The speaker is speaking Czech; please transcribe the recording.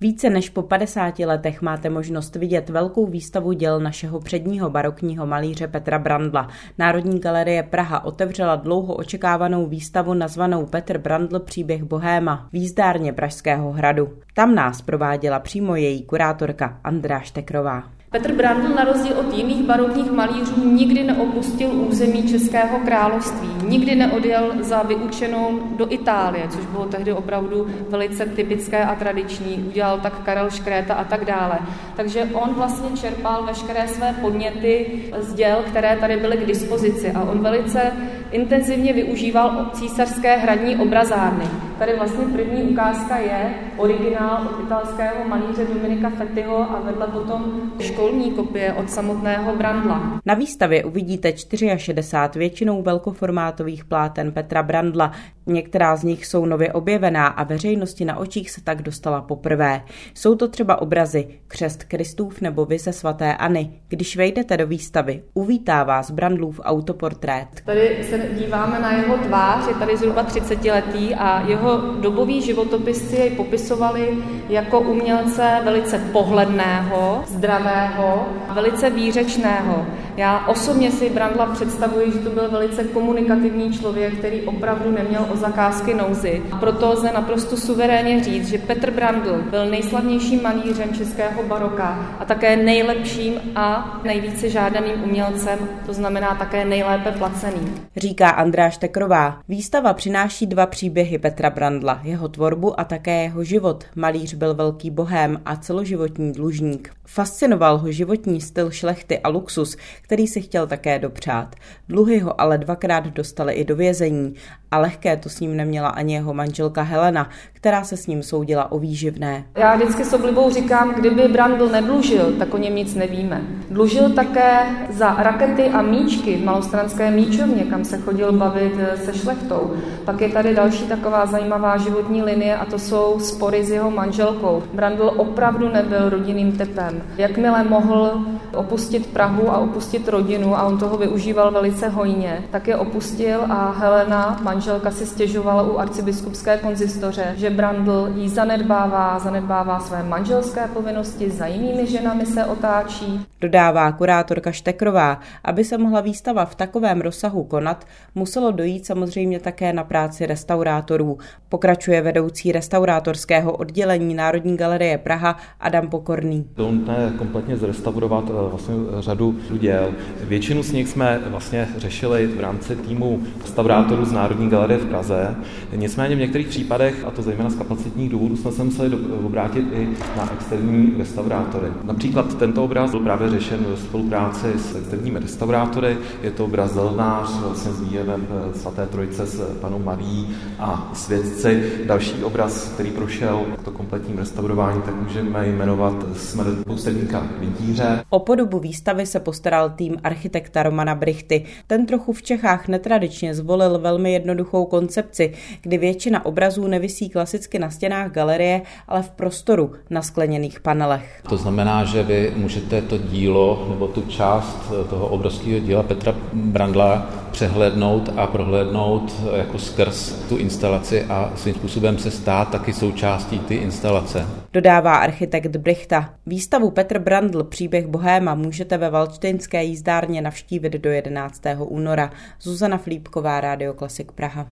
Více než po 50 letech máte možnost vidět velkou výstavu děl našeho předního barokního malíře Petra Brandla. Národní galerie Praha otevřela dlouho očekávanou výstavu nazvanou Petr Brandl příběh bohéma v jízdárně Pražského hradu. Tam nás prováděla přímo její kurátorka Andrea Štekrová. Petr Brandl na rozdíl od jiných barokních malířů nikdy neopustil území Českého království, nikdy neodjel za vyučenou do Itálie, což bylo tehdy opravdu velice typické a tradiční. Udělal tak Karel Škréta a tak dále. Takže on vlastně čerpal veškeré své podněty z děl, které tady byly k dispozici, a on velice intenzivně využíval císařské hradní obrazárny. Tady vlastně první ukázka je originál od italského malíře Dominika Fettiho a vedle potom školní kopie od samotného Brandla. Na výstavě uvidíte 64 většinou velkoformátových pláten Petra Brandla. Některá z nich jsou nově objevená a veřejnosti na očích se tak dostala poprvé. Jsou to třeba obrazy Křest Kristův nebo Vize svaté Anny. Když vejdete do výstavy, uvítá vás Brandlův autoportrét. Tady se díváme na jeho tvář, je tady zhruba 30letý a jeho doboví životopisci jej popisovali jako umělce velice pohledného, zdravého, velice výřečného. Já osobně si Brandla představuji, že to byl velice komunikativní člověk, který opravdu neměl o zakázky nouzy. Proto lze naprosto suverénně říct, že Petr Brandl byl nejslavnějším malířem českého baroka a také nejlepším a nejvíce žádaným umělcem, to znamená také nejlépe placeným. Říká Andrea Štekrová. Výstava přináší dva příběhy Petra Brandla, jeho tvorbu a také jeho život. Malíř byl velký bohém a celoživotní dlužník. Fascinoval ho životní styl šlechty a luxus, který si chtěl také dopřát. Dluhy ho ale dvakrát dostali i do vězení a lehké to s ním neměla ani jeho manželka Helena, která se s ním soudila o výživné. Já vždycky s oblibou říkám, kdyby Brandl nedlužil, tak o něm nic nevíme. Dlužil také za rakety a míčky v malostranské míčovně, kam se chodil bavit se šlechtou. Pak je tady další taková zajímavá životní linie a to jsou spory s jeho manželkou. Brandl opravdu nebyl rodinným typem. Jakmile mohl opustit Prahu a opustit rodinu, a on toho využíval velice hojně, tak je opustil a Helena, manželka, si stěžovala u arcibiskupské konzistoře, že Brandl jí zanedbává své manželské povinnosti, za jinými ženami se otáčí. Dodává kurátorka Štekrová. Aby se mohla výstava v takovém rozsahu konat, muselo dojít samozřejmě také na práci restaurátorů. Pokračuje vedoucí restaurátorského oddělení Národní galerie Praha Adam Pokorný. Bylo nutné kompletně zrestaurovat vlastně řadu děl. Většinu z nich jsme vlastně řešili v rámci týmu restaurátorů z Národní galerie v Praze. Nicméně v některých případech, a to zejména z kapacitních důvodů, jsme se museli obrátit i na externí restaurátory. Například tento obraz byl právě řešen ve spolupráci s externími restaurátory. Je to obraz Zelnář vlastně s výjevem svaté trojice s panou Marií a světci. Další obraz, který prošel to kompletním restaurováním, tak můžeme jmenovat Smrt poustevníka Vintíře. O podobu výstavy se postaral tým architekta Romana Brichty. Ten trochu v Čechách netradičně zvolil velmi jednoduchou koncepci, kdy většina obrazů nevisí klasicky na stěnách galerie, ale v prostoru na skleněných panelech. To znamená, že vy můžete to dílo nebo tu část toho obrovského díla Petra Brandla přehlédnout a prohlédnout jako skrz tu instalaci a svým způsobem se stát taky součástí ty instalace. Dodává architekt Brichta. Výstavu Petr Brandl příběh bohéma můžete ve Valdštejnské jízdárně navštívit do 11. února. Zuzana Flípková, Rádio Klasik Praha.